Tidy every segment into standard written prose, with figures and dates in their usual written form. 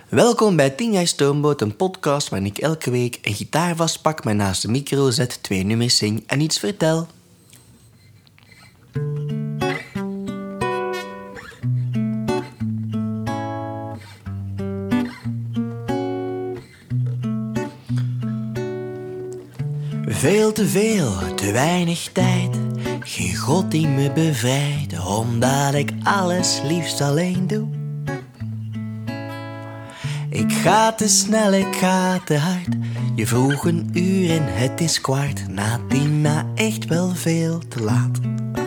Welkom bij 10 jaar Stoomboot, een podcast waarin ik elke week een gitaar vastpak, mij naast de micro zet, 2 nummers zing en iets vertel. Veel, te weinig tijd. Geen God die me bevrijdt, omdat ik alles liefst alleen doe. Ik ga te snel, ik ga te hard. Je vroeg 1 uur en het is 10:15, na echt wel veel te laat.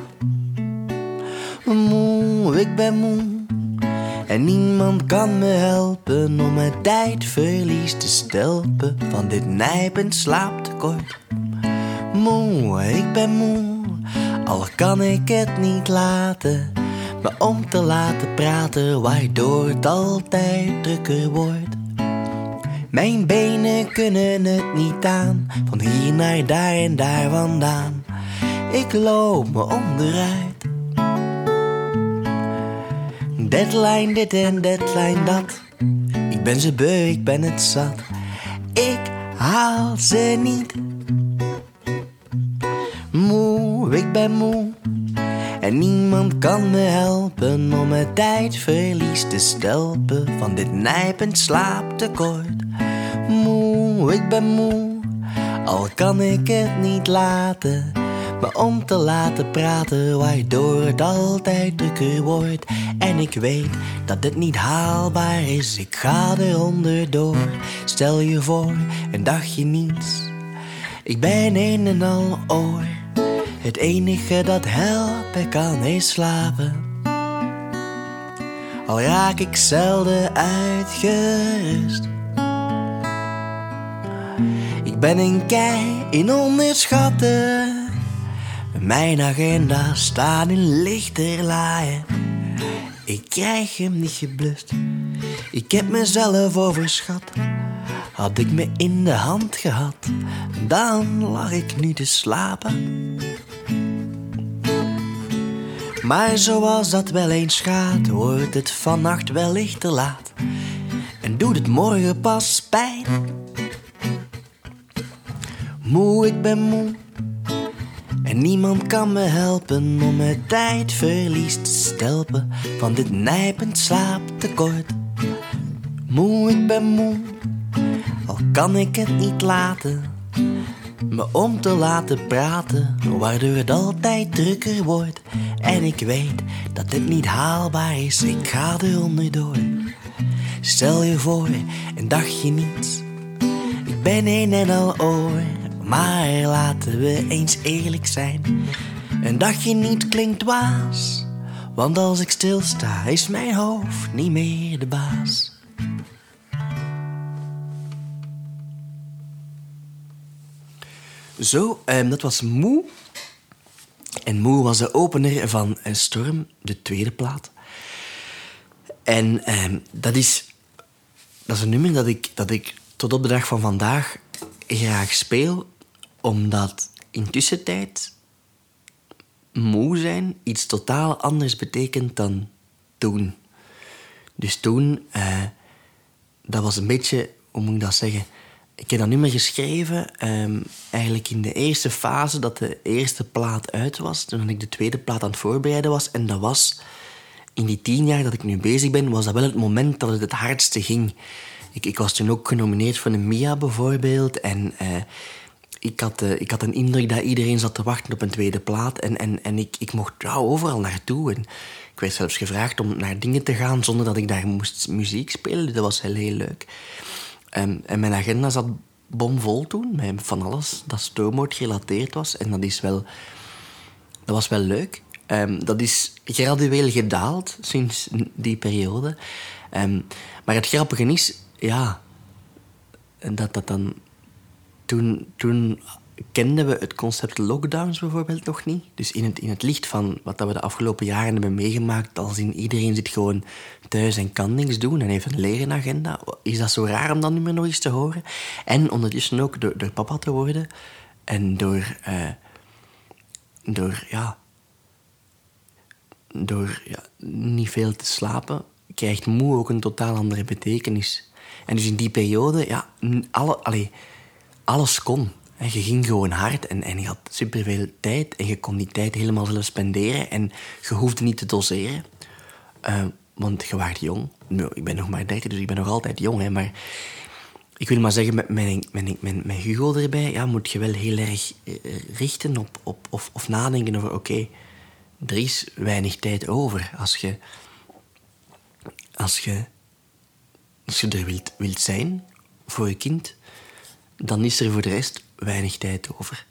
Moe, ik ben moe. En niemand kan me helpen om mijn tijdverlies te stelpen van dit nijpend slaaptekort. Moe, ik ben moe, al kan ik het niet laten me om te laten praten, waardoor het altijd drukker wordt. Mijn benen kunnen het niet aan, van hier naar daar en daar vandaan. Ik loop me onderuit. Deadline dit en deadline dat. Ik ben ze beu, ik ben het zat. Ik haal ze niet. Moe, ik ben moe. En niemand kan me helpen om mijn tijdverlies te stelpen van dit nijpend slaaptekort. Moe, ik ben moe. Al kan ik het niet laten me om te laten praten, waardoor het altijd drukker wordt. En ik weet dat het niet haalbaar is, ik ga er onderdoor. Stel je voor, een dagje niets. Ik ben een en al oor. Het enige dat helpen kan is slapen. Al raak ik zelden uitgerust. Ik ben een kei in onderschatten. Mijn agenda staat in lichterlaaien. Ik krijg hem niet geblust. Ik heb mezelf overschat. Had ik me in de hand gehad, dan lag ik nu te slapen. Maar zoals dat wel eens gaat, wordt het vannacht wellicht te laat. En doet het morgen pas pijn. Moe, ik ben moe. En niemand kan me helpen om mijn tijdverlies te stelpen van dit nijpend slaaptekort. Moe, ik ben moe. Al kan ik het niet laten me om te laten praten, waardoor het altijd drukker wordt. En ik weet dat dit niet haalbaar is, ik ga er onderdoor. Stel je voor, een dagje niets. Ik ben een en al oor, maar laten we eens eerlijk zijn. Een dagje niet klinkt dwaas, want als ik stilsta is mijn hoofd niet meer de baas. Zo, dat was Moe. En Moe was de opener van Storm, de tweede plaat. En dat is een nummer dat ik tot op de dag van vandaag graag speel, omdat in tussentijd moe zijn iets totaal anders betekent dan toen. Dus toen, dat was een beetje, hoe moet ik dat zeggen? Ik heb dat nummer geschreven eigenlijk in de eerste fase dat de eerste plaat uit was. Toen ik de tweede plaat aan het voorbereiden was. En dat was, in die 10 jaar dat ik nu bezig ben, was dat wel het moment dat het hardste ging. Ik was toen ook genomineerd voor een MIA bijvoorbeeld. En ik had een indruk dat iedereen zat te wachten op een tweede plaat. En ik mocht overal naartoe. En ik werd zelfs gevraagd om naar dingen te gaan zonder dat ik daar moest muziek spelen. Dus dat was heel leuk. En mijn agenda zat bomvol toen, met van alles dat Stoomboot gerelateerd was. En dat was wel leuk. Dat is gradueel gedaald sinds die periode. Maar het grappige is, ja, dat dan... Toen kenden we het concept lockdowns bijvoorbeeld nog niet. Dus in het licht van wat we de afgelopen jaren hebben meegemaakt, als in iedereen zit gewoon thuis en kan niks doen en heeft een lege agenda, is dat zo raar om dat nu maar nog eens te horen. En ondertussen ook door papa te worden en door niet veel te slapen, krijgt moe ook een totaal andere betekenis. En dus in die periode, ja, alles kon. En je ging gewoon hard en je had superveel tijd. En je kon die tijd helemaal zelf spenderen. En je hoefde niet te doseren. Want je was jong. Nu, ik ben nog maar 30, dus ik ben nog altijd jong. Hè, maar ik wil maar zeggen, met Hugo erbij... Ja, moet je wel heel erg richten of nadenken over... Oké, er is weinig tijd over. Als je er wilt zijn voor je kind... dan is er voor de rest weinig tijd over.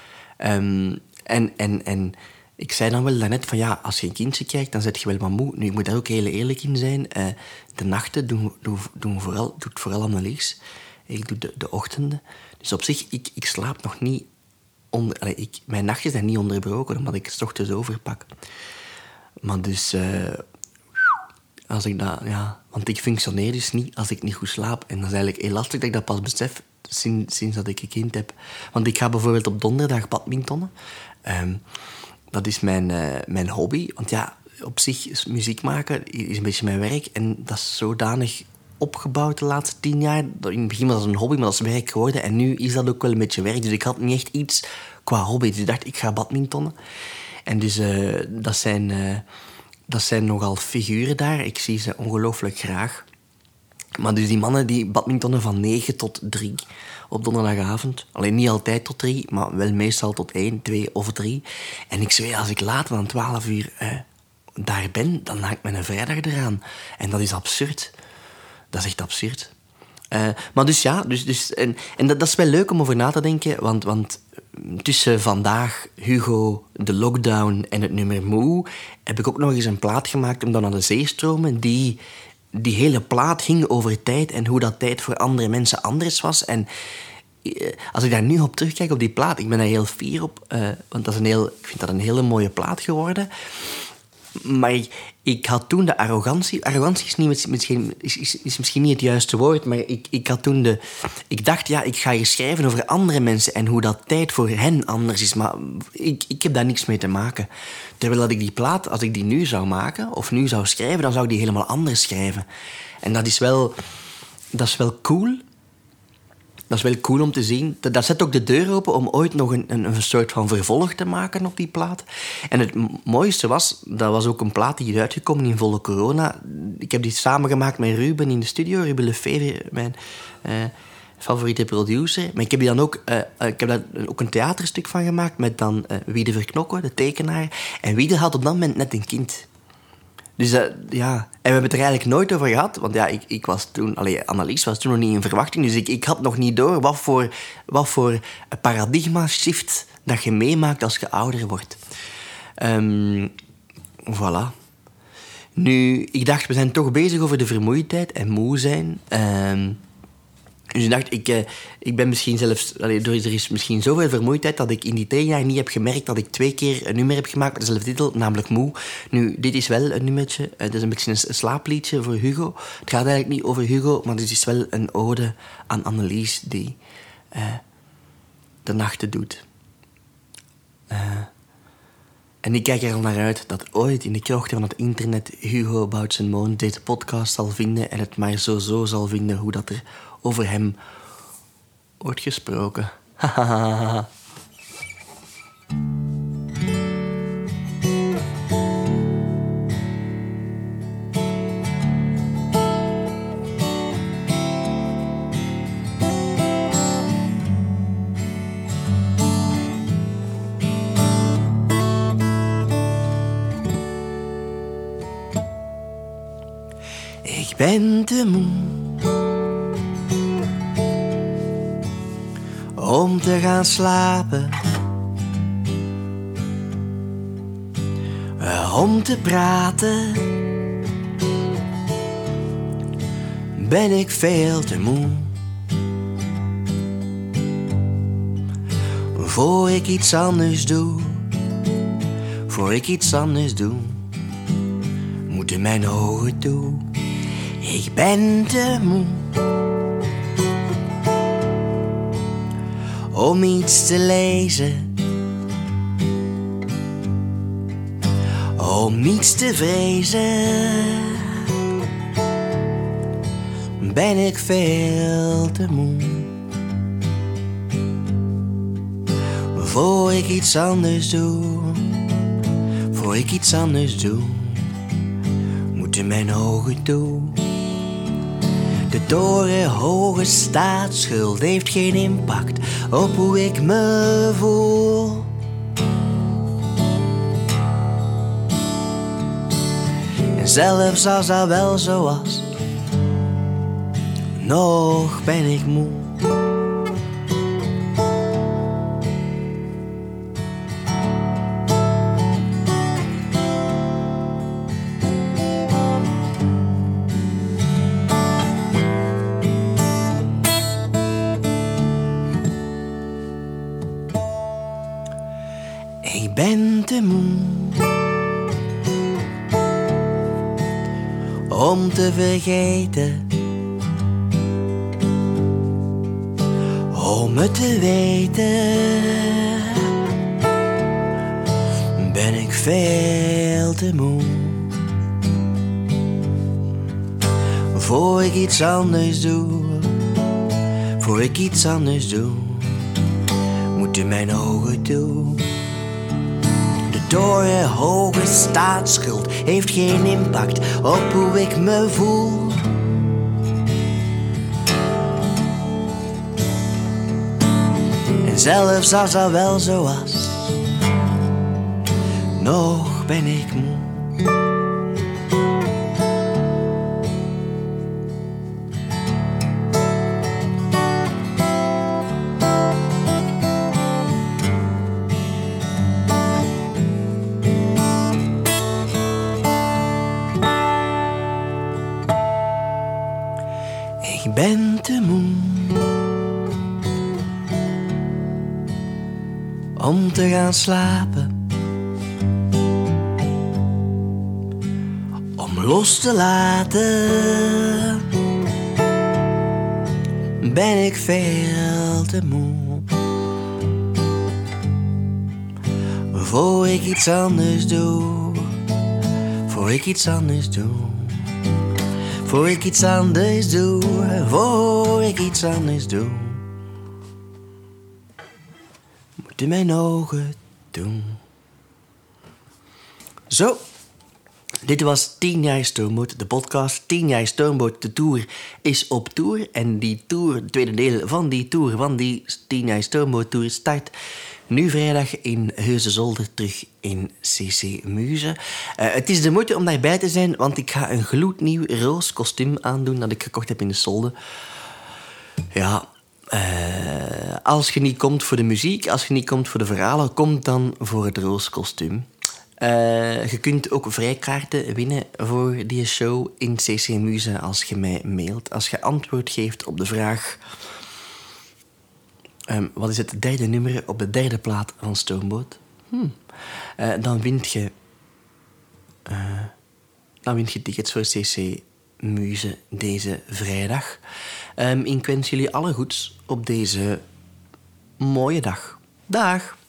En ik zei dan wel daarnet van ja, als je een kindje krijgt, dan zit je wel wat moe. Nu, ik moet daar ook heel eerlijk in zijn. De nachten doet vooral Annelies. Ik doe de ochtenden. Dus op zich, ik slaap nog niet... mijn nachtjes zijn niet onderbroken, omdat ik 's ochtends overpak. Maar dus... als ik dat... Ja, want ik functioneer dus niet als ik niet goed slaap. En dat is eigenlijk heel lastig dat ik dat pas besef... Sinds dat ik een kind heb. Want ik ga bijvoorbeeld op donderdag badmintonnen. Dat is mijn hobby. Want ja, op zich is muziek maken is een beetje mijn werk. En dat is zodanig opgebouwd de laatste 10 jaar. In het begin was het een hobby, maar dat is werk geworden. En nu is dat ook wel een beetje werk. Dus ik had niet echt iets qua hobby. Dus ik dacht, ik ga badmintonnen. En dus dat zijn nogal figuren daar. Ik zie ze ongelooflijk graag. Maar dus die mannen die badmintonnen van 9 tot 3 op donderdagavond. Alleen niet altijd tot 3, maar wel meestal tot 1, 2 of 3. En ik zweer, als ik later dan 12 uur daar ben, dan haak ik mijn vrijdag eraan. En dat is absurd. Dat is echt absurd. Maar dus ja, en dat is wel leuk om over na te denken, want tussen vandaag, Hugo, de lockdown en het nummer Moe, heb ik ook nog eens een plaat gemaakt om dan naar de zee stromen, die hele plaat ging over tijd en hoe dat tijd voor andere mensen anders was. En als ik daar nu op terugkijk, op die plaat, ik ben daar heel fier op, want ik vind dat een hele mooie plaat geworden. Maar ik had toen de arrogantie... Arrogantie is misschien niet het juiste woord, maar ik had toen ik dacht, ja, ik ga hier schrijven over andere mensen en hoe dat tijd voor hen anders is. Maar ik heb daar niks mee te maken. Terwijl dat ik die plaat, als ik die nu zou maken of nu zou schrijven, dan zou ik die helemaal anders schrijven. En dat is wel cool. Dat is wel cool om te zien. Dat zet ook de deur open om ooit nog een soort van vervolg te maken op die plaat. En het mooiste was, dat was ook een plaat die is uitgekomen in volle corona. Ik heb die samengemaakt met Ruben in de studio. Ruben Lefevre, mijn favoriete producer. Maar ik heb daar ook een theaterstuk van gemaakt met dan Wiede Verknokken, de tekenaar. En Wiede had op dat moment net een kind. Dus ja, en we hebben het er eigenlijk nooit over gehad. Want ja, ik was toen... Annelies was toen nog niet in verwachting. Dus ik had nog niet door wat voor paradigma-shift dat je meemaakt als je ouder wordt. Voilà. Nu, ik dacht, we zijn toch bezig over de vermoeidheid en moe zijn. Dus ik dacht, ik ben misschien zelfs... er is misschien zoveel vermoeidheid dat ik in die 2 jaar niet heb gemerkt dat ik 2 keer een nummer heb gemaakt met dezelfde titel, namelijk Moe. Nu, dit is wel een nummertje. Het is een beetje een slaapliedje voor Hugo. Het gaat eigenlijk niet over Hugo, maar dit is wel een ode aan Annelies die de nachten doet. En ik kijk er al naar uit dat ooit in de krochten van het internet Hugo Boutsen-Moon deze podcast zal vinden en het maar zo zal vinden hoe dat er over hem wordt gesproken. Ik ben te moe om te gaan slapen, om te praten ben ik veel te moe. Voor ik iets anders doe, moeten mijn ogen toe. Ik ben te moe om iets te lezen, om niets te vrezen. ben ik veel te moe. Voor ik iets anders doe, voor ik iets anders doe, moeten mijn ogen toe. De torenhoge staatsschuld heeft geen impact op hoe ik me voel. En zelfs als dat wel zo was, nog ben ik moe. Ik ben te moe om te vergeten, om het te weten, ben ik veel te moe. Voor ik iets anders doe, voor ik iets anders doe, moeten mijn ogen toe. De torenhoge staatsschuld heeft geen impact op hoe ik me voel. En zelfs als dat wel zo was, nog ben ik moe. Ik ben te moe om te gaan slapen, om los te laten, ben ik veel te moe. Voor ik iets anders doe, voor ik iets anders doe, voor ik iets anders doe, voor ik iets anders doe, moeten mijn ogen doen. Zo, dit was 10 jaar Stoomboot, de podcast. 10 jaar Stoomboot, de tour is op tour. En die tour, het tweede deel van die tour, van die 10 jaar Stoomboot tour, start nu vrijdag in Heusden-Zolder terug in CC Muze. Het is de moeite om daarbij te zijn, want ik ga een gloednieuw roos kostuum aandoen dat ik gekocht heb in de Solde. Ja, als je niet komt voor de muziek, als je niet komt voor de verhalen, kom dan voor het roos kostuum. Je kunt ook vrijkaarten winnen voor die show in CC Muze als je mij mailt. Als je antwoord geeft op de vraag... wat is het derde nummer op de derde plaat van Stoomboot? Dan wint je tickets voor CC Muze deze vrijdag. Ik wens jullie alle goeds op deze mooie dag. Dag!